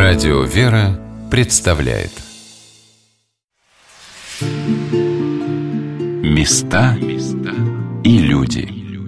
Радио «Вера» представляет Места и люди.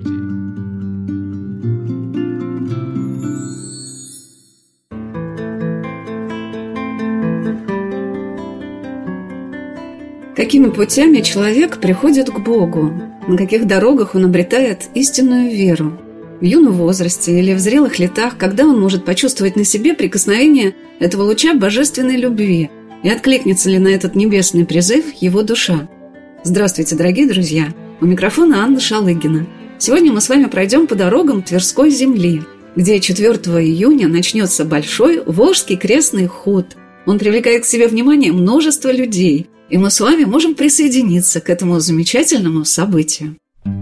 Какими путями человек приходит к Богу? На каких дорогах он обретает истинную веру? В юном возрасте или в зрелых летах, когда он может почувствовать на себе прикосновение этого луча божественной любви, и откликнется ли на этот небесный призыв его душа? Здравствуйте, дорогие друзья! У микрофона Анна Шалыгина. Сегодня мы с вами пройдем по дорогам Тверской земли, где 4 июня начнется большой Волжский крестный ход. Он привлекает к себе внимание множество людей, и мы с вами можем присоединиться к этому замечательному событию.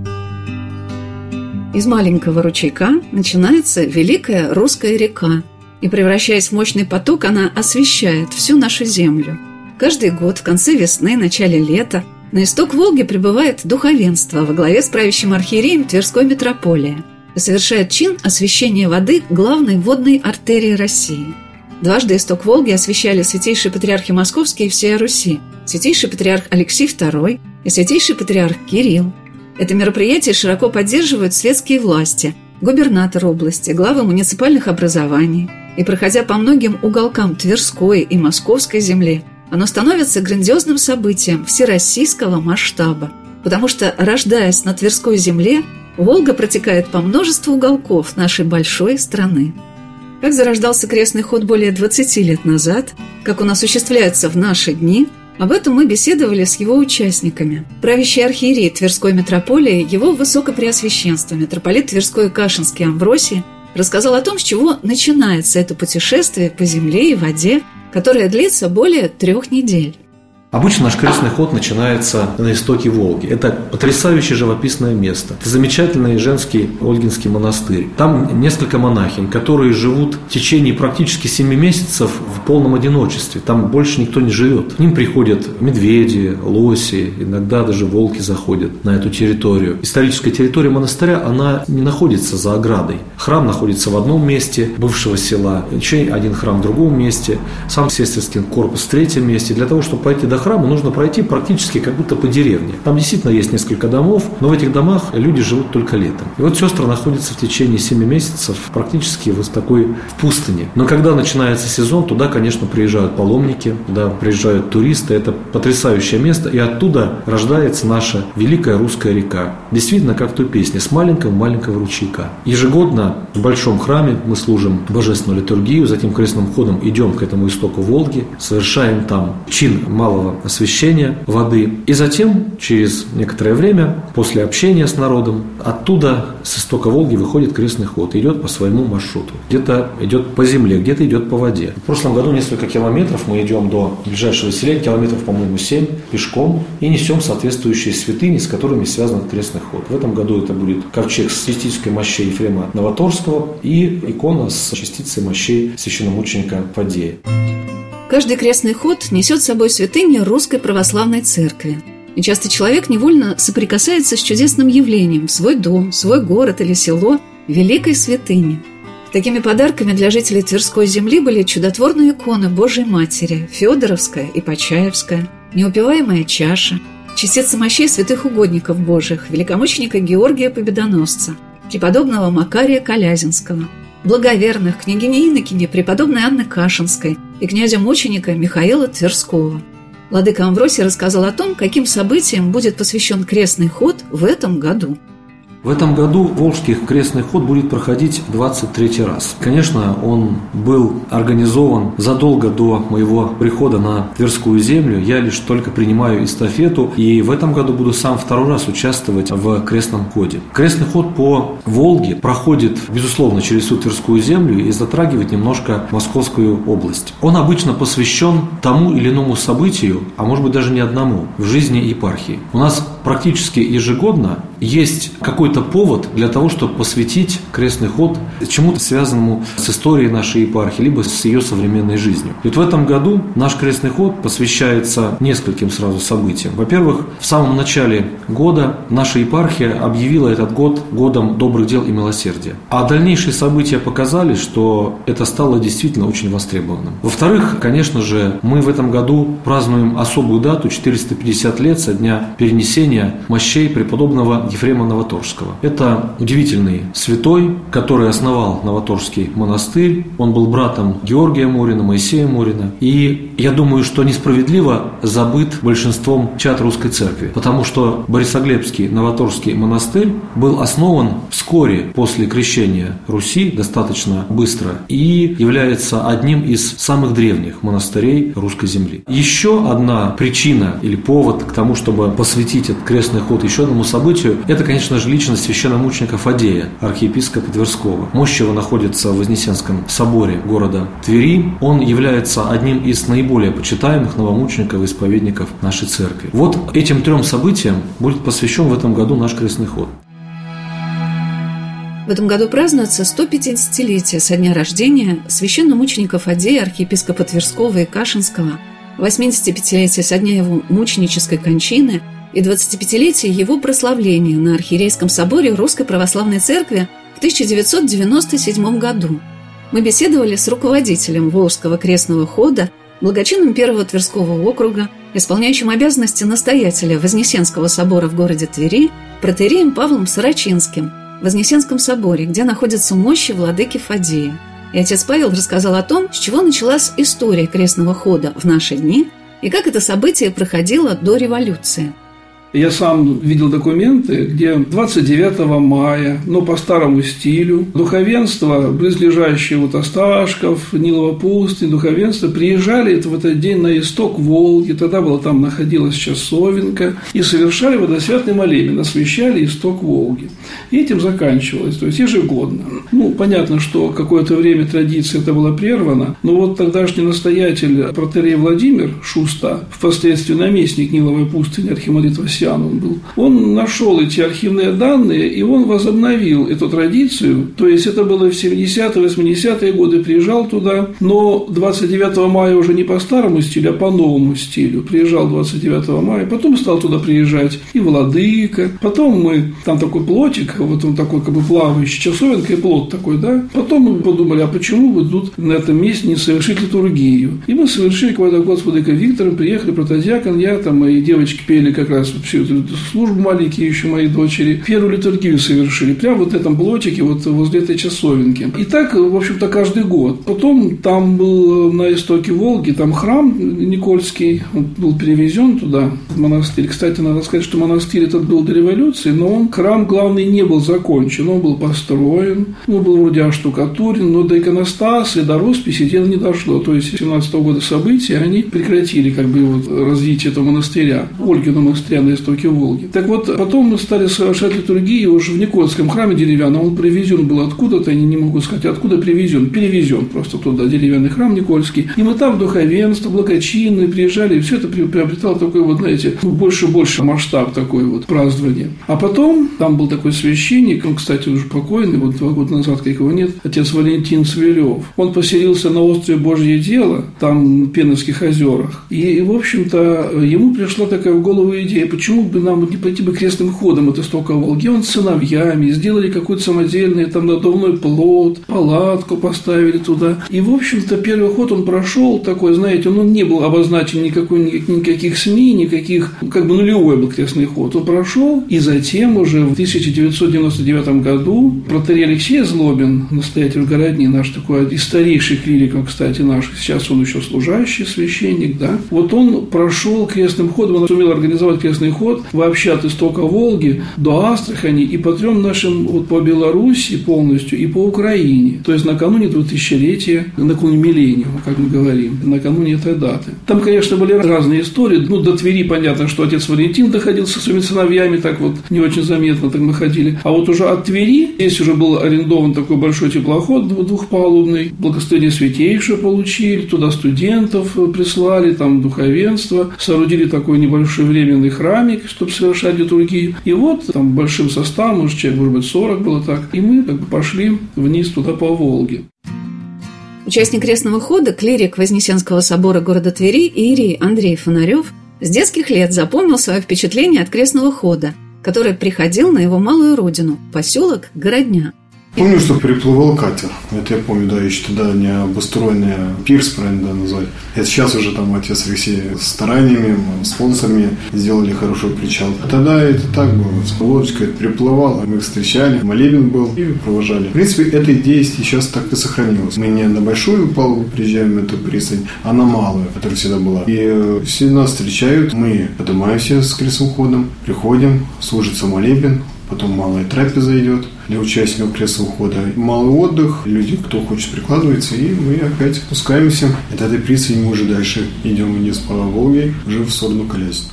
Из маленького ручейка начинается великая русская река, и, превращаясь в мощный поток, она освещает всю нашу землю. Каждый год в конце весны, начале лета на исток Волги прибывает духовенство во главе с правящим архиереем Тверской митрополии и совершает чин освящения воды главной водной артерии России. Дважды исток Волги освящали святейшие патриархи Московские и всея Руси, святейший патриарх Алексий II и святейший патриарх Кирилл. Это мероприятие широко поддерживают светские власти, губернатор области, главы муниципальных образований. И, проходя по многим уголкам Тверской и Московской земли, оно становится грандиозным событием всероссийского масштаба, потому что, рождаясь на Тверской земле, Волга протекает по множеству уголков нашей большой страны. Как зарождался крестный ход более 20 лет назад, как он осуществляется в наши дни, об этом мы беседовали с его участниками. Правящий архиерей Тверской митрополии, его высокопреосвященство, митрополит Тверской и Кашинский Амвросий, рассказал о том, с чего начинается это путешествие по земле и воде, которое длится более 3 недель. Обычно наш крестный ход начинается на истоке Волги. Это потрясающее живописное место. Это замечательный женский Ольгинский монастырь. Там несколько монахинь, которые живут в течение практически 7 месяцев в полном одиночестве. Там больше никто не живет. К ним приходят медведи, лоси, иногда даже волки заходят на эту территорию. Историческая территория монастыря, она не находится за оградой. Храм находится в одном месте бывшего села, еще один храм в другом месте, сам сестринский корпус в 3-м месте. Для того, чтобы пойти до храма, нужно пройти практически как будто по деревне. Там действительно есть несколько домов, но в этих домах люди живут только летом. И вот сестры находятся в течение 7 месяцев практически вот в такой в пустыне. Но когда начинается сезон, туда, конечно, приезжают паломники, да, приезжают туристы. Это потрясающее место, и оттуда рождается наша великая русская река. Действительно, как в той песне, с маленького ручейка. Ежегодно в большом храме мы служим божественную литургию, затем крестным ходом идем к этому истоку Волги, совершаем там чин малого освящения воды. И затем, через некоторое время, после общения с народом, оттуда, с истока Волги, выходит крестный ход и идет по своему маршруту. Где-то идет по земле, где-то идет по воде. В прошлом году несколько километров мы идем до ближайшего селения, километров, по-моему, 7, пешком, и несем соответствующие святыни, с которыми связан крестный ход. В этом году это будет ковчег с частицей мощей Ефрема Новоторского и икона с частицей мощей священномученика Фадея. Каждый крестный ход несет с собой святыни Русской Православной Церкви. И часто человек невольно соприкасается с чудесным явлением в свой дом, свой город или село великой святыни. Такими подарками для жителей Тверской земли были чудотворные иконы Божией Матери, Федоровская и Почаевская, неупиваемая чаша, частицы мощей святых угодников Божьих, великомученика Георгия Победоносца, преподобного Макария Колязинского, благоверных княгини Иннокени преподобной Анны Кашинской и князя-мученика Михаила Тверского. Владыка Амвросий рассказал о том, каким событиям будет посвящен крестный ход в этом году. В этом году Волжский крестный ход будет проходить 23 раз. Конечно, он был организован задолго до моего прихода на Тверскую землю. Я лишь только принимаю эстафету, и в этом году буду сам 2-й раз участвовать в крестном ходе. Крестный ход по Волге проходит, безусловно, через всю Тверскую землю и затрагивает немножко Московскую область. Он обычно посвящен тому или иному событию, а может быть даже не одному, в жизни епархии. У нас практически ежегодно есть какой-то повод для того, чтобы посвятить крестный ход чему-то связанному с историей нашей епархии, либо с ее современной жизнью. И вот в этом году наш крестный ход посвящается нескольким сразу событиям. Во-первых, в самом начале года наша епархия объявила этот год годом добрых дел и милосердия. А дальнейшие события показали, что это стало действительно очень востребованным. Во-вторых, конечно же, мы в этом году празднуем особую дату, 450 лет со дня перенесения мощей преподобного Ефрема Новоторжского. Это удивительный святой, который основал Новоторжский монастырь. Он был братом Георгия Морина, Моисея Морина. И я думаю, что несправедливо забыт большинством чад русской церкви, потому что Борисоглебский Новоторжский монастырь был основан вскоре после крещения Руси, достаточно быстро, и является одним из самых древних монастырей русской земли. Еще одна причина или повод к тому, чтобы посвятить этот крестный ход еще одному событию, это, конечно же, личность священномученика Фадея, архиепископа Тверского. Мощь его находится в Вознесенском соборе города Твери. Он является одним из наиболее почитаемых новомучеников и исповедников нашей церкви. Вот этим трем событиям будет посвящен в этом году наш крестный ход. В этом году празднуется 150-летие со дня рождения священномученика Фадея, архиепископа Тверского и Кашинского, 85-летие со дня его мученической кончины и 25-летие его прославления на Архиерейском соборе Русской Православной Церкви в 1997 году. Мы беседовали с руководителем Волжского крестного хода, благочинным Первого Тверского округа, исполняющим обязанности настоятеля Вознесенского собора в городе Твери, протоиереем Павлом Сорочинским, в Вознесенском соборе, где находятся мощи владыки Фадея. И отец Павел рассказал о том, с чего началась история крестного хода в наши дни и как это событие проходило до революции. Я сам видел документы, где 29 мая, но по старому стилю, духовенство, близлежащее вот Осташков, Нилова пустынь, духовенство приезжали в этот день на исток Волги, тогда там находилась часовенка, и совершали водосвятный молебен, освящали исток Волги. И этим заканчивалось, то есть ежегодно. Понятно, что какое-то время традиция это была прервана, но вот тогдашний настоятель протоиерей Владимир Шуста, впоследствии наместник Ниловой пустыни, архимандрит Васян, он был. Он нашел эти архивные данные, и он возобновил эту традицию. То есть, это было в 70-е, 80-е годы, приезжал туда, но 29 мая уже не по старому стилю, а по новому стилю. Приезжал 29 мая, потом стал туда приезжать и владыка. Потом там такой плотик, вот он такой плавающий, часовенка и плот такой, да. Потом мы подумали, а почему бы тут на этом месте не совершить литургию? И мы совершили какой-то год с владыкой Виктором, приехали, протодиакон, я там, мои девочки пели как раз всю эту службу, маленькие еще мои дочери, первую литургию совершили, прямо вот в этом плотике, вот возле этой часовенки. И так, в общем-то, каждый год. Потом там был на истоке Волги, там храм Никольский, он был перевезен туда, в монастырь. Кстати, надо сказать, что монастырь этот был до революции, но храм главный не был закончен, он был построен, он был вроде оштукатурен, но до иконостаса и до росписи дело не дошло. То есть, с 17 года события они прекратили развитие этого монастыря, Ольгиного монастыря на истоке Волги. Так вот, потом мы стали совершать литургию уже в Никольском храме деревянном. Он привезен был откуда-то, я не могу сказать, откуда привезен, перевезен просто туда, деревянный храм Никольский. И мы там духовенство, благочинные приезжали, и все это приобретало такой больше масштаб такой празднования. А потом там был такой священник, он, кстати, уже покойный, 2 года назад, как его нет, отец Валентин Цвелев. Он поселился на острове Божье Дело, там в Пеновских озерах. И, в общем-то, ему пришла такая в голову идея, почему бы нам не пойти крестным ходом от истока Волги. Он с сыновьями сделали какой-то самодельный надувной плот, палатку поставили туда. И, в общем-то, первый ход он прошел такой, знаете, он не был обозначен никаких СМИ, никаких, нулевой был крестный ход. Он прошел, и затем уже в 1999 году протоиерей Алексей Злобин, настоятель Городни, наш такой из старейших клириков, кстати, наш, сейчас он еще служащий священник, да, вот он прошел крестным ходом, он сумел организовать крестный ход вообще от истока Волги до Астрахани и по 3 нашим, по Беларуси полностью и по Украине. То есть, накануне 2000-летия, накануне миллениума, как мы говорим, накануне этой даты. Там, конечно, были разные истории. До Твери понятно, что отец Валентин доходил со своими сыновьями, так не очень заметно, так мы ходили. А вот уже от Твери, здесь уже был арендован такой большой теплоход двухпалубный, благословение святейшее получили, туда студентов прислали, там духовенство, соорудили такой небольшой временный храм храме, чтобы совершать литургию. И вот там большим составом, может, человек, может быть, 40 было так, и мы пошли вниз туда по Волге. Участник крестного хода, клирик Вознесенского собора города Твери Иерей Андрей Фонарев с детских лет запомнил свое впечатление от крестного хода, который приходил на его малую родину, поселок Городня. Помню, что приплывал катер. Это я помню, да, еще тогда не обустроенный пирс, правильно назвать. Это сейчас уже там отец Алексей стараниями, спонсорами сделали хороший причал. А тогда это так было. Лодочка приплывала, мы их встречали, молебен был и провожали. В принципе, эта идея сейчас так и сохранилась. Мы не на большую палубу приезжаем, эту пристань, а на малую, которая всегда была. И все нас встречают, мы поднимаемся с крестным ходом, приходим, служится молебен, потом малая трапеза идет для участников крестного хода. Малый отдых, люди, кто хочет, прикладывается, и мы опять спускаемся. От этой пристани мы уже дальше идем вниз по Волге, уже в сторону Калясина.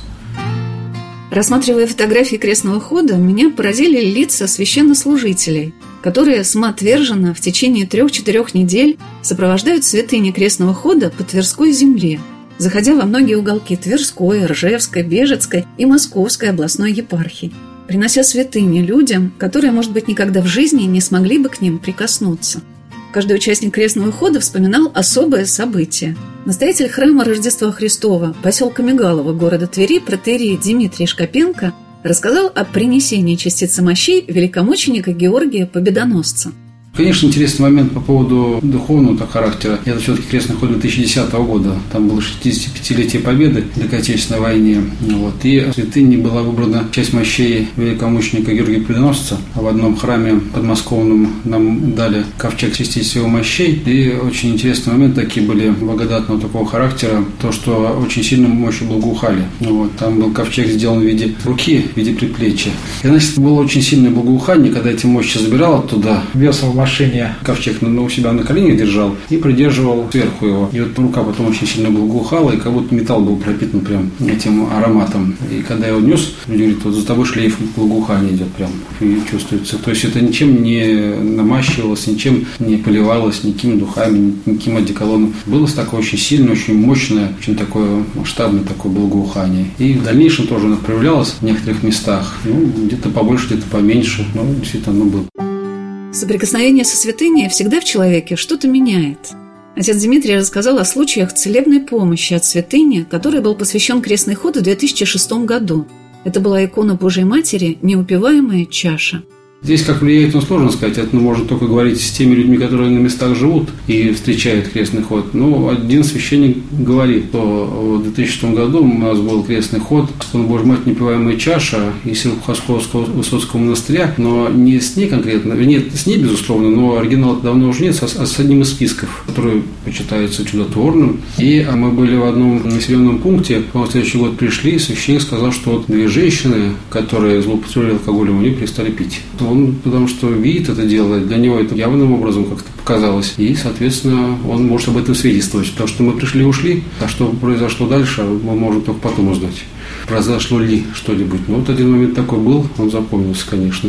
Рассматривая фотографии крестного хода, меня поразили лица священнослужителей, которые самоотверженно в течение 3-4 недель сопровождают святыни крестного хода по Тверской земле, заходя во многие уголки Тверской, Ржевской, Бежецкой и Московской областной епархий, принося святыни людям, которые, может быть, никогда в жизни не смогли бы к ним прикоснуться. Каждый участник крестного хода вспоминал особое событие. Настоятель храма Рождества Христова поселка Мигалово города Твери протоиерей Дмитрий Шкапенко рассказал о принесении частицы мощей великомученика Георгия Победоносца. Конечно, интересный момент по поводу духовного характера. Это все-таки крестный ход 2010 года. Там было 65-летие Победы в Великой Отечественной войне. И в святыне была выбрана часть мощей великомученика Георгия Победоносца. В одном храме подмосковном нам дали ковчег 60 мощей. И очень интересный момент, такие были благодатного такого характера. То, что очень сильно мощи благоухали. Там был ковчег сделан в виде руки, в виде предплечья. И, значит, было очень сильное благоухание, когда эти мощи забирал оттуда, весом в машине ковчег у себя на коленях держал и придерживал сверху его. И вот рука потом очень сильно благоухала, и как будто металл был пропитан прям этим ароматом. И когда я его нес, люди говорят, вот за тобой шлейф благоухания идет прям, и чувствуется. То есть это ничем не намащивалось, ничем не поливалось, никакими духами, никаким одеколоном. Было такое очень сильное, очень мощное, очень такое масштабное такое благоухание. И в дальнейшем тоже оно проявлялось в некоторых местах. Где-то побольше, где-то поменьше, но действительно оно было. Соприкосновение со святыней всегда в человеке что-то меняет. Отец Дмитрий рассказал о случаях целебной помощи от святыни, которой был посвящен крестный ход в 2006 году. Это была икона Божией Матери «Неупиваемая чаша». Здесь как влияет, сложно сказать. Это можно только говорить с теми людьми, которые на местах живут и встречают крестный ход. Один священник говорит, что в 2006 году у нас был крестный ход, икона Божией Матери «Неупиваемая чаша» из Серпуховского Высоцкого монастыря, но не с ней конкретно, нет, с ней, безусловно, но оригинал давно уже нет, а с одним из списков, который почитается чудотворным. И мы были в одном населенном пункте, в следующий год пришли, и священник сказал, что 2 женщины, которые злоупотребляли алкоголем, они перестали пить. Он, потому что видит это дело, для него это явным образом как-то показалось. И, соответственно, он может об этом свидетельствовать. Потому что мы пришли и ушли, а что произошло дальше, мы можем только потом узнать. Произошло ли что-нибудь. Один момент такой был, он запомнился, конечно.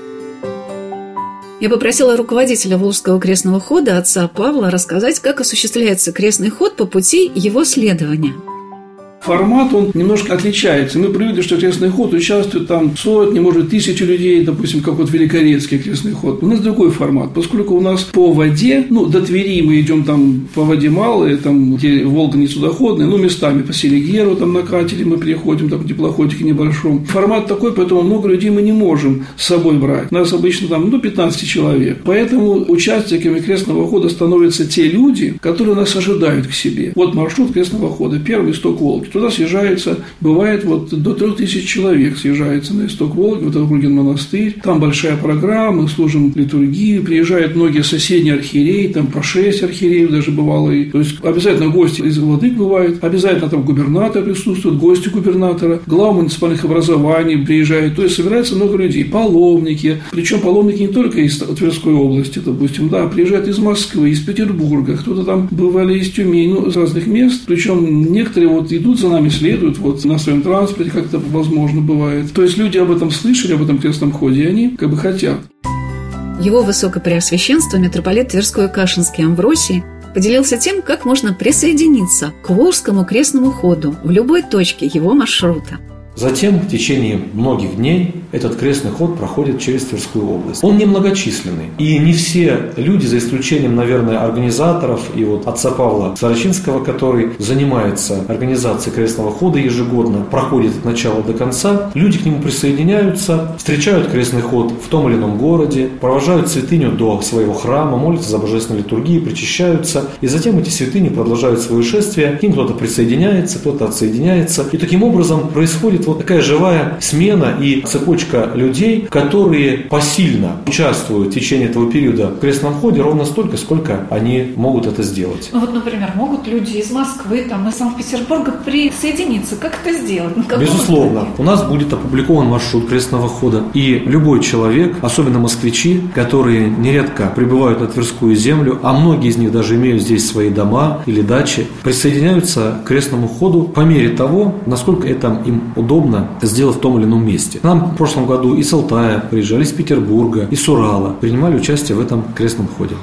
Я попросила руководителя Волжского крестного хода, отца Павла, рассказать, как осуществляется крестный ход по пути его следования. Формат, он немножко отличается. Мы привыкли, что крестный ход участвует там сотни, может, тысячи людей, допустим, как вот Великорецкий крестный ход. У нас другой формат, поскольку у нас по воде, до Твери мы идем там по воде малые, там, где Волга не судоходная, местами по Селигеру там на катере мы приходим, там, в теплоходике небольшом. Формат такой, поэтому много людей мы не можем с собой брать. У нас обычно там, 15 человек. Поэтому участниками крестного хода становятся те люди, которые нас ожидают к себе. Вот маршрут крестного хода, первый исток Волги. Туда съезжается, бывает, до 3000 человек съезжается на исток Волги, это Ольгин монастырь. Там большая программа, мы служим литургию, приезжают многие соседние архиереи, там по 6 архиереев даже бывало. То есть обязательно гости из владык бывают, обязательно там губернатор присутствует, гости губернатора, главы муниципальных образований приезжают. То есть собирается много людей, паломники. Причем паломники не только из Тверской области, допустим, приезжают из Москвы, из Петербурга, кто-то там бывали из Тюмени, из разных мест. Причем некоторые идут за нами, следуют на своем транспорте, как это возможно бывает. То есть люди об этом слышали, об этом крестном ходе, и они хотят. Его Высокопреосвященство митрополит Тверской и Кашинский Амвросий поделился тем, как можно присоединиться к Волжскому крестному ходу в любой точке его маршрута. Затем в течение многих дней этот крестный ход проходит через Тверскую область. Он немногочисленный. И не все люди, за исключением, наверное, организаторов и вот отца Павла Сорочинского, который занимается организацией крестного хода ежегодно, проходит от начала до конца, люди к нему присоединяются, встречают крестный ход в том или ином городе, провожают святыню до своего храма, молятся за божественной литургией, причащаются, и затем эти святыни продолжают свое шествие, к ним кто-то присоединяется, кто-то отсоединяется, и таким образом происходит вот такая живая смена и цепочка людей, которые посильно участвуют в течение этого периода в крестном ходе ровно столько, сколько они могут это сделать. Ну вот, например, могут люди из Москвы, там, из Санкт-Петербурга присоединиться. Как это сделать? Безусловно. У нас будет опубликован маршрут крестного хода, и любой человек, особенно москвичи, которые нередко прибывают на Тверскую землю, а многие из них даже имеют здесь свои дома или дачи, присоединяются к крестному ходу по мере того, насколько это им удобно сделать в том или ином месте. К нам в прошлом году из Алтая приезжали, из Петербурга, из Урала, принимали участие в этом крестном ходе.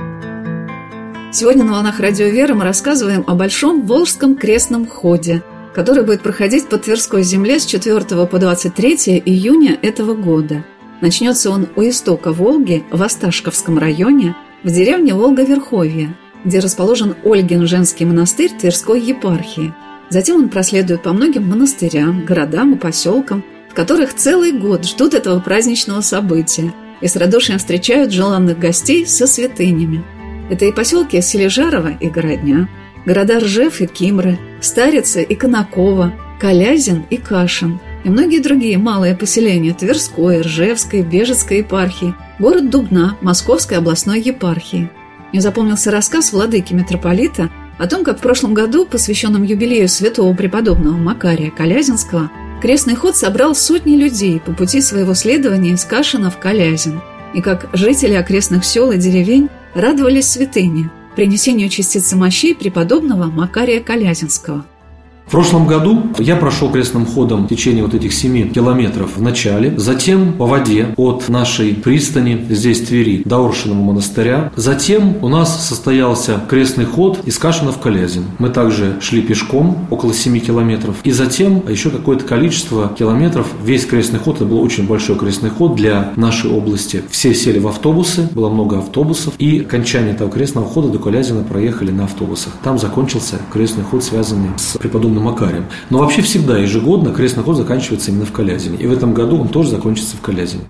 Сегодня на «Волнах Радио Вера» мы рассказываем о Большом Волжском крестном ходе, который будет проходить по Тверской земле с 4 по 23 июня этого года. Начнется он у истока Волги в Осташковском районе, в деревне Волга-Верховье, где расположен Ольгин женский монастырь Тверской епархии. Затем он проследует по многим монастырям, городам и поселкам, в которых целый год ждут этого праздничного события и с радушием встречают желанных гостей со святынями. Это и поселки Сележарова и Городня, города Ржев и Кимры, Старица и Конаково, Калязин и Кашин, и многие другие малые поселения Тверской, Ржевской, Бежецкой епархии, город Дубна Московской областной епархии. Мне запомнился рассказ владыки митрополита о том, как в прошлом году, посвященном юбилею святого преподобного Макария Калязинского, крестный ход собрал сотни людей по пути своего следования из Кашина в Калязин, и как жители окрестных сел и деревень радовались святыне, принесению частицы мощей преподобного Макария Калязинского. В прошлом году я прошел крестным ходом в течение вот этих 7 километров в начале, затем по воде от нашей пристани, здесь Твери, до Оршиного монастыря. Затем у нас состоялся крестный ход из Кашина в Калязин. Мы также шли пешком около 7 километров. И затем еще какое-то количество километров. Весь крестный ход, это был очень большой крестный ход для нашей области. Все сели в автобусы, было много автобусов. И окончание этого крестного хода до Калязина проехали на автобусах. Там закончился крестный ход, связанный с преподобным Макарием. Но вообще всегда, ежегодно, крестный ход заканчивается именно в Калязине. И в этом году он тоже закончится в Калязине.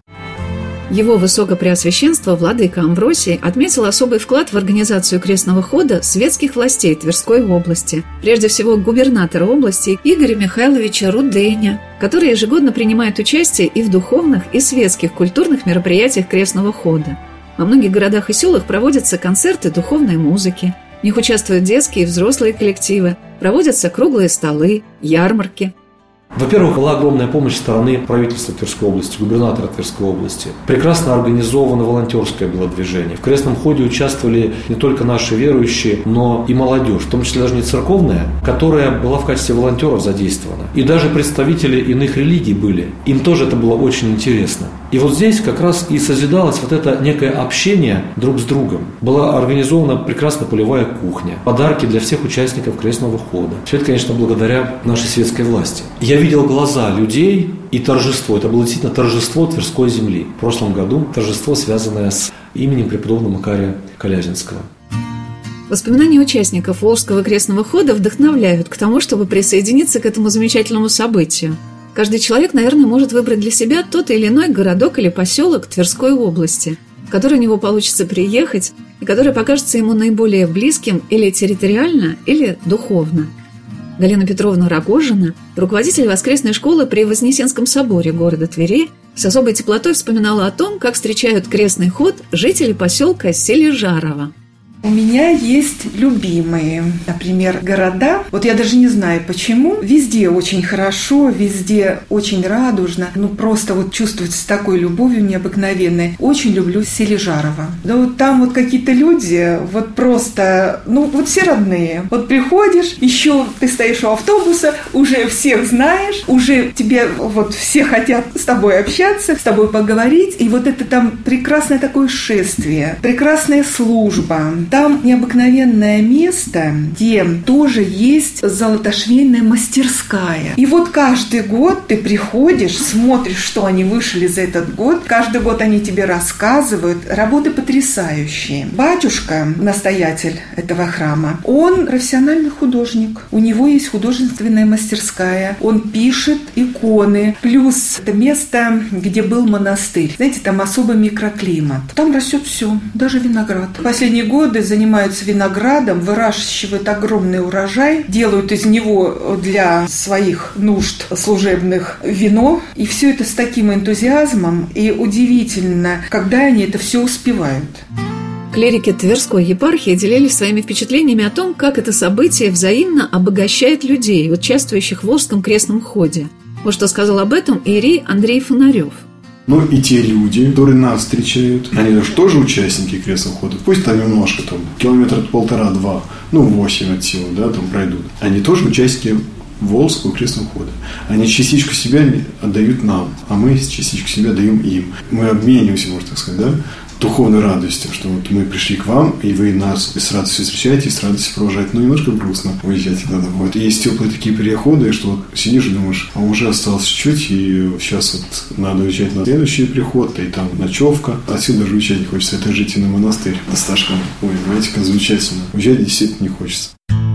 Его Высокопреосвященство владыка Амвросий отметил особый вклад в организацию крестного хода светских властей Тверской области, прежде всего губернатора области Игоря Михайловича Руденя, который ежегодно принимает участие и в духовных, и светских культурных мероприятиях крестного хода. Во многих городах и селах проводятся концерты духовной музыки, в них участвуют детские и взрослые коллективы, проводятся круглые столы, ярмарки. Во-первых, была огромная помощь со стороны правительства Тверской области, губернатора Тверской области. Прекрасно организовано волонтерское было движение. В крестном ходе участвовали не только наши верующие, но и молодежь, в том числе даже не церковная, которая была в качестве волонтеров задействована. И даже представители иных религий были. Им тоже это было очень интересно. И вот здесь как раз и созидалось вот это некое общение друг с другом. Была организована прекрасная полевая кухня, подарки для всех участников крестного хода. Все это, конечно, благодаря нашей светской власти. Я видел глаза людей и торжество. Это было действительно торжество Тверской земли. В прошлом году торжество, связанное с именем преподобного Макария Калязинского. Воспоминания участников Волжского крестного хода вдохновляют к тому, чтобы присоединиться к этому замечательному событию. Каждый человек, наверное, может выбрать для себя тот или иной городок или поселок Тверской области, в который у него получится приехать и который покажется ему наиболее близким или территориально, или духовно. Галина Петровна Рогожина, руководитель воскресной школы при Вознесенском соборе города Твери, с особой теплотой вспоминала о том, как встречают крестный ход жители поселка Сележарова. У меня есть любимые, например, города. Вот я даже не знаю почему. Везде очень хорошо, везде очень радужно. Ну, просто вот чувствуется с такой любовью необыкновенной. Очень люблю Сележарово. Да вот там вот какие-то люди, вот просто, ну, вот все родные. Вот приходишь, еще ты стоишь у автобуса, уже всех знаешь, уже тебе вот все хотят с тобой общаться, с тобой поговорить. И вот это там прекрасное такое шествие, прекрасная служба. Там необыкновенное место, где тоже есть золотошвейная мастерская. И вот каждый год ты приходишь, смотришь, что они вышили за этот год. Каждый год они тебе рассказывают. Работы потрясающие. Батюшка, настоятель этого храма, он профессиональный художник. У него есть художественная мастерская. Он пишет иконы. Плюс это место, где был монастырь. Знаете, там особый микроклимат. Там растет все, даже виноград. В последние годы занимаются виноградом, выращивают огромный урожай, делают из него для своих нужд служебных вино. И все это с таким энтузиазмом. И удивительно, когда они это все успевают. Клирики Тверской епархии делились своими впечатлениями о том, как это событие взаимно обогащает людей, участвующих в Волжском крестном ходе. Вот что сказал об этом иерей Андрей Фонарев. Ну и те люди, которые нас встречают, они же тоже участники крестного хода. Пусть там немножко, там, километра 1,5-2, 8 от силы, да, там пройдут. Они тоже участники Волжского крестного хода. Они частичку себя отдают нам, а мы частичку себя даем им. Мы обмениваемся, можно так сказать, да, духовной радостью, что вот мы пришли к вам, и вы нас с радостью встречаете, и с радостью провожаете. Ну, немножко грустно уезжать иногда бывает. И есть теплые такие переходы, что вот сидишь и думаешь, а уже осталось чуть-чуть, и сейчас вот надо уезжать на следующий приход, и там ночевка. Отсюда даже уезжать не хочется. Это жить на монастырь. Осташком. Ой, знаете, как замечательно. Уезжать действительно не хочется.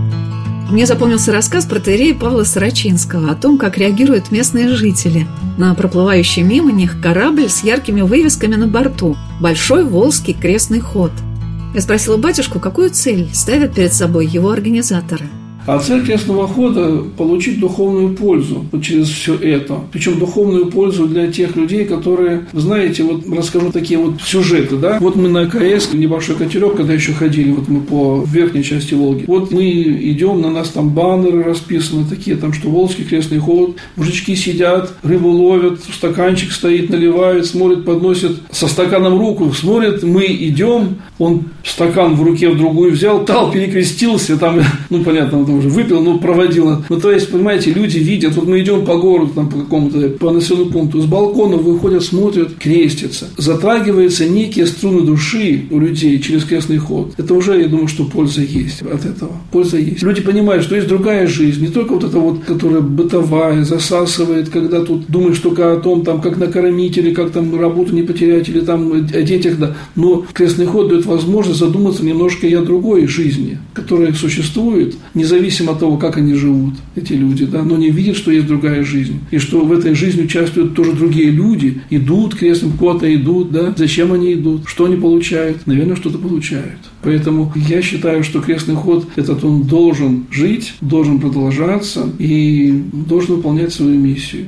Мне запомнился рассказ протоиерея Павла Сорочинского о том, как реагируют местные жители на проплывающий мимо них корабль с яркими вывесками на борту «Большой Волжский крестный ход». Я спросила батюшку, какую цель ставят перед собой его организаторы. А цель крестного хода – получить духовную пользу вот через все это. Причем духовную пользу для тех людей, которые, знаете, вот расскажу такие вот сюжеты, да. Вот мы на КС, небольшой катерок, когда еще ходили, вот мы по верхней части Волги. Вот мы идем, на нас там баннеры расписаны такие, там, что Волжский крестный ход. Мужички сидят, рыбу ловят, стаканчик стоит, наливают, смотрят, подносят со стаканом руку, смотрят, мы идем, он стакан в руке в другую взял, перекрестился, там, понятно, уже выпил, проводил. То есть, понимаете, люди видят, вот мы идем по городу, там, по какому-то, по населенному пункту, с балкона выходят, смотрят, крестятся. Затрагиваются некие струны души у людей через крестный ход. Это уже, я думаю, что польза есть от этого. Польза есть. Люди понимают, что есть другая жизнь, не только вот эта вот, которая бытовая, засасывает, когда тут думаешь только о том, там, как накормить, или как там работу не потерять, или там о детях, да. Но крестный ход дает возможность задуматься немножко и о другой жизни, которая существует, независимо от того, как они живут, эти люди, да, но не видят, что есть другая жизнь, и что в этой жизни участвуют тоже другие люди, идут крестным куда-то, идут, да, зачем они идут, что они получают, наверное, что-то получают. Поэтому я считаю, что крестный ход этот, он должен жить, должен продолжаться и должен выполнять свою миссию.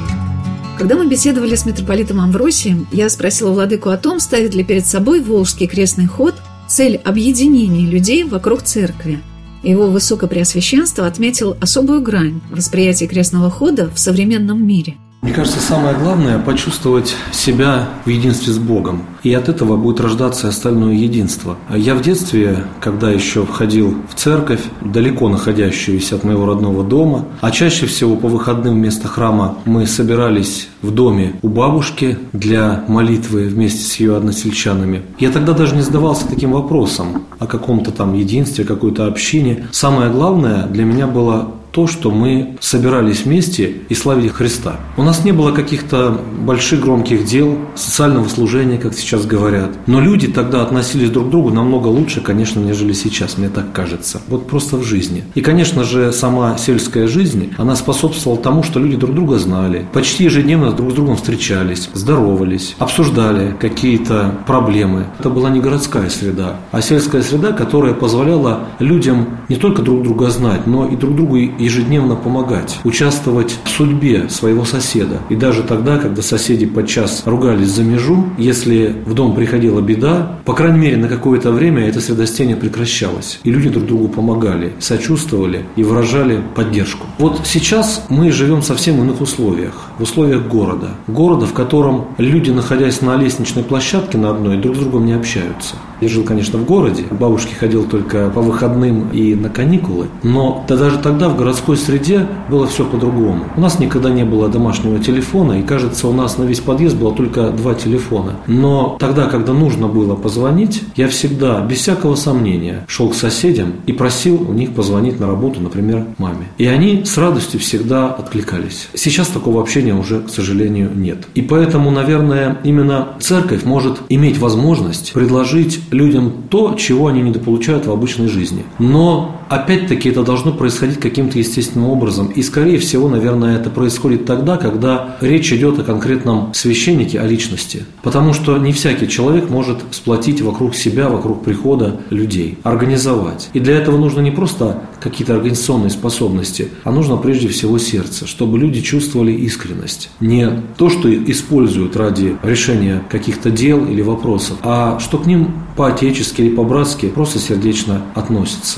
Когда мы беседовали с митрополитом Амвросием, я спросила владыку о том, ставит ли перед собой Волжский крестный ход цель объединения людей вокруг церкви. Его Высокопреосвященство отметил особую грань восприятия крестного хода в современном мире. Мне кажется, самое главное – почувствовать себя в единстве с Богом. И от этого будет рождаться остальное единство. Я в детстве, когда еще входил в церковь, далеко находящуюся от моего родного дома, а чаще всего по выходным вместо храма мы собирались в доме у бабушки для молитвы вместе с ее односельчанами. Я тогда даже не задавался таким вопросом о каком-то там единстве, какой-то общине. Самое главное для меня было то, что мы собирались вместе и славили Христа. У нас не было каких-то больших громких дел, социального служения, как сейчас говорят. Но люди тогда относились друг к другу намного лучше, конечно, нежели сейчас, мне так кажется. Вот просто в жизни. И, конечно же, сама сельская жизнь, она способствовала тому, что люди друг друга знали. Почти ежедневно друг с другом встречались, здоровались, обсуждали какие-то проблемы. Это была не городская среда, а сельская среда, которая позволяла людям не только друг друга знать, но и друг другу ежедневно помогать, участвовать в судьбе своего соседа. И даже тогда, когда соседи подчас ругались за межу, если в дом приходила беда, по крайней мере, на какое-то время это средостение прекращалось. И люди друг другу помогали, сочувствовали и выражали поддержку. Вот сейчас мы живем в совсем иных условиях. В условиях города. Города, в котором люди, находясь на лестничной площадке на одной, друг с другом не общаются. Я жил, конечно, в городе. К бабушке ходил только по выходным и на каникулы. Но даже тогда в городской среде было все по-другому. У нас никогда не было домашнего телефона. И, кажется, у нас на весь подъезд было только 2 телефона. Но тогда, когда нужно было позвонить, я всегда, без всякого сомнения, шел к соседям и просил у них позвонить на работу, например, маме. И они с радостью всегда откликались. Сейчас такого общения уже, к сожалению, нет. И поэтому, наверное, именно церковь может иметь возможность предложить людям то, чего они недополучают в обычной жизни. Но, опять-таки, это должно происходить каким-то естественным образом. И, скорее всего, наверное, это происходит тогда, когда речь идет о конкретном священнике, о личности. Потому что не всякий человек может сплотить вокруг себя, вокруг прихода людей, организовать. И для этого нужно не просто какие-то организационные способности, а нужно прежде всего сердце, чтобы люди чувствовали искренность. Не то, что используют ради решения каких-то дел или вопросов, а что к ним по-отечески или по-братски просто сердечно относятся.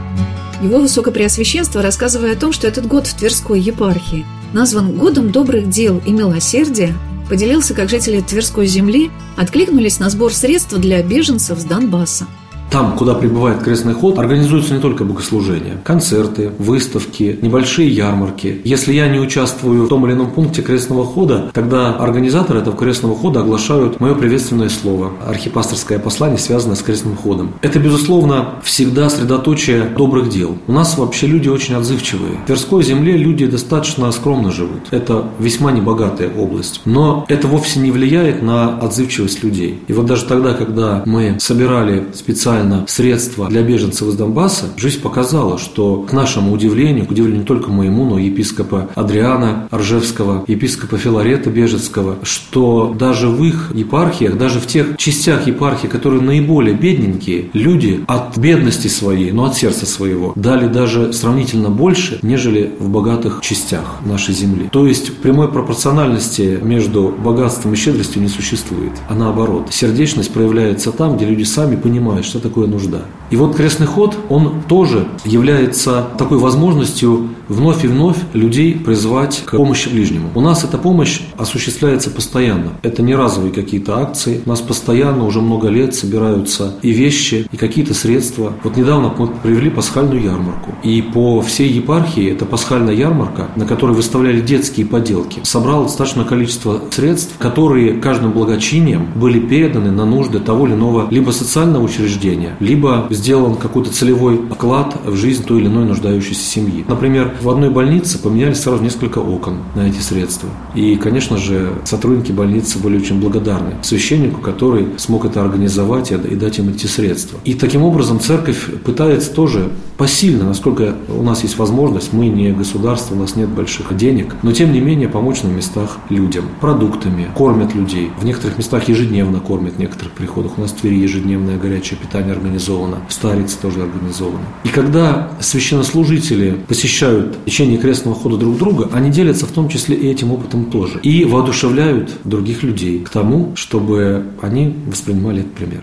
Его Высокопреосвященство, рассказывая о том, что этот год в Тверской епархии назван «Годом добрых дел и милосердия», поделился, как жители Тверской земли откликнулись на сбор средств для беженцев с Донбасса. Там, куда прибывает крестный ход, организуются не только богослужения, концерты, выставки, небольшие ярмарки. Если я не участвую в том или ином пункте крестного хода, тогда организаторы этого крестного хода оглашают мое приветственное слово, архипасторское послание, связанное с крестным ходом. Это, безусловно, всегда средоточие добрых дел. У нас вообще люди очень отзывчивые. В Тверской земле люди достаточно скромно живут. Это весьма небогатая область. Но это вовсе не влияет на отзывчивость людей. И вот даже тогда, когда мы собирали специально средства для беженцев из Донбасса, жизнь показала, что, к нашему удивлению, к удивлению не только моему, но и епископа Адриана Ржевского, епископа Филарета Бежецкого, что даже в их епархиях, даже в тех частях епархии, которые наиболее бедненькие, люди от бедности своей, но от сердца своего, дали даже сравнительно больше, нежели в богатых частях нашей земли. То есть прямой пропорциональности между богатством и щедростью не существует, а наоборот. Сердечность проявляется там, где люди сами понимают, что такое нужда. И вот крестный ход, он тоже является такой возможностью вновь и вновь людей призвать к помощи ближнему. У нас эта помощь осуществляется постоянно. Это не разовые какие-то акции. У нас постоянно уже много лет собираются и вещи, и какие-то средства. Вот недавно мы провели пасхальную ярмарку. И по всей епархии эта пасхальная ярмарка, на которой выставляли детские поделки, собрала достаточное количество средств, которые каждым благочинием были переданы на нужды того или иного либо социального учреждения, либо сделан какой-то целевой вклад в жизнь той или иной нуждающейся семьи. Например, в одной больнице поменяли сразу несколько окон на эти средства. И, конечно же, сотрудники больницы были очень благодарны священнику, который смог это организовать и дать им эти средства. И таким образом церковь пытается тоже посильно, насколько у нас есть возможность, мы не государство, у нас нет больших денег, но тем не менее помочь на местах людям, продуктами, кормят людей. В некоторых местах ежедневно кормят, в некоторых приходах. У нас в Твери ежедневное горячее питание организовано, в Старице тоже организовано. И когда священнослужители посещают в течение крестного хода друг друга, они делятся в том числе и этим опытом тоже. И воодушевляют других людей к тому, чтобы они воспринимали этот пример.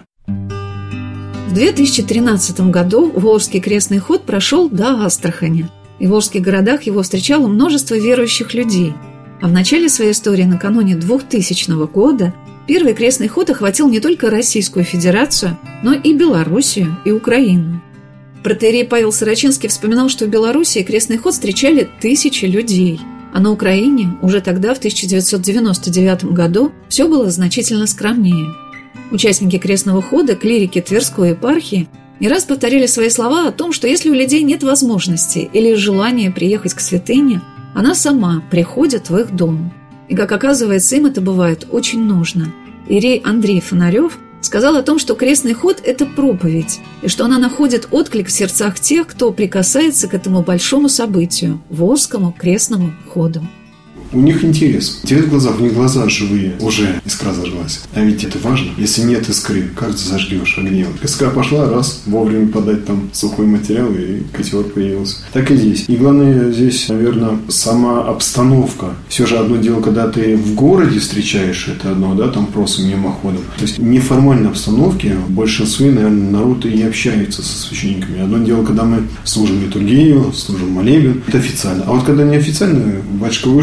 В 2013 году Волжский крестный ход прошел до Астрахани. И в волжских городах его встречало множество верующих людей. А в начале своей истории, накануне 2000 года, первый крестный ход охватил не только Российскую Федерацию, но и Белоруссию и Украину. Протоиерей Павел Сорочинский вспоминал, что в Белоруссии крестный ход встречали тысячи людей, а на Украине уже тогда, в 1999 году, все было значительно скромнее. Участники крестного хода, клирики Тверской епархии, не раз повторили свои слова о том, что если у людей нет возможности или желания приехать к святыне, она сама приходит в их дом. И, как оказывается, им это бывает очень нужно. Иерей Андрей Фонарев сказал о том, что крестный ход – это проповедь, и что она находит отклик в сердцах тех, кто прикасается к этому большому событию – Волжскому крестному ходу. У них интерес в глазах, у них глаза живые, уже искра зажглась. А ведь это важно. Если нет искры, как ты зажгешь огнем? Искра пошла, раз, вовремя подать там сухой материал, и котел появился. Так и здесь. И главное здесь, наверное, сама обстановка. Все же одно дело, когда ты в городе встречаешь, это одно, да, там просто мимоходом. То есть в неформальной обстановке в большинстве, наверное, народ и общается со священниками. Одно дело, когда мы служим литургию, служим молебен, это официально. А вот когда неофициально, батюшка вышел там,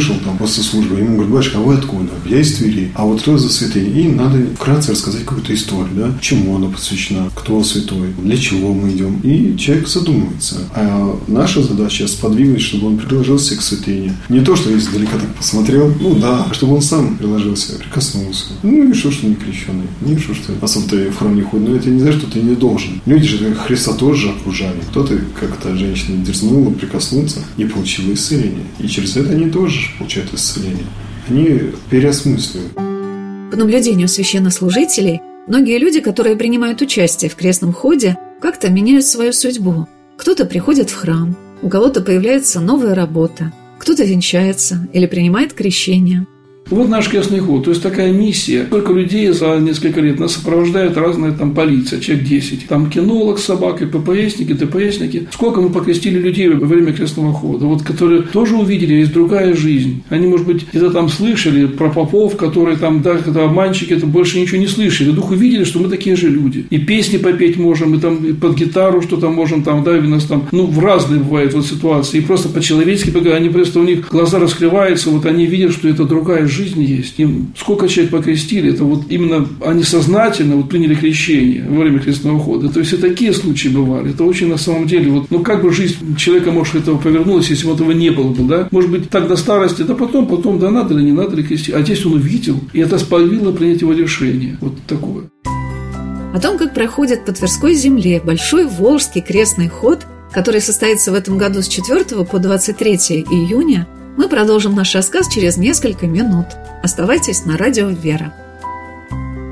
после службы, ему говорят: батюшка, а вы откуда? Я из Твери. А вот кто за святые? И им надо вкратце рассказать какую-то историю, да? Чему она посвящена, кто святой, для чего мы идем. И человек задумывается. А наша задача сподвигнуть, чтобы он приложился к святыне. Не то, что издалека так посмотрел, чтобы он сам приложился, прикоснулся. И что не крещеный, не что особо-то в храм не ходит. Но это не значит, что ты не должен. Люди же Христа тоже окружали. Кто-то, как-то женщина дерзнула прикоснуться и получила исцеление. И через это они тоже получают исцеление. Они переосмысливают. По наблюдению священнослужителей, многие люди, которые принимают участие в крестном ходе, как-то меняют свою судьбу. Кто-то приходит в храм, у кого-то появляется новая работа, кто-то венчается или принимает крещение. Вот наш крестный ход, то есть такая миссия. Сколько людей за несколько лет нас сопровождает разная полиция, человек 10. Там кинолог с собакой, ППСники, ТПСники. Сколько мы покрестили людей во время крестного хода, которые тоже увидели, есть другая жизнь. Они, может быть, где-то слышали про попов, которые когда обманщики, больше ничего не слышали. Вдруг увидели, что мы такие же люди. И песни попеть можем, и под гитару что-то можем, и у нас в разные бывают ситуации. И просто по-человечески, они просто у них глаза раскрываются, они видят, что это другая жизнь есть. Им сколько человек покрестили, это именно они сознательно приняли крещение во время крестного хода. То есть и такие случаи бывали. Это очень на самом деле, как бы жизнь человека, может, этого повернулась, если бы этого не было бы, да? Может быть, так до старости, потом, да надо или не надо ли крестить. А здесь он увидел, и это сподвигло принять его решение. Вот такое. О том, как проходит по Тверской земле большой Волжский крестный ход, который состоится в этом году с 4 по 23 июня, мы продолжим наш рассказ через несколько минут. Оставайтесь на радио «Вера».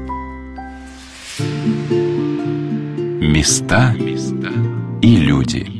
Места и люди.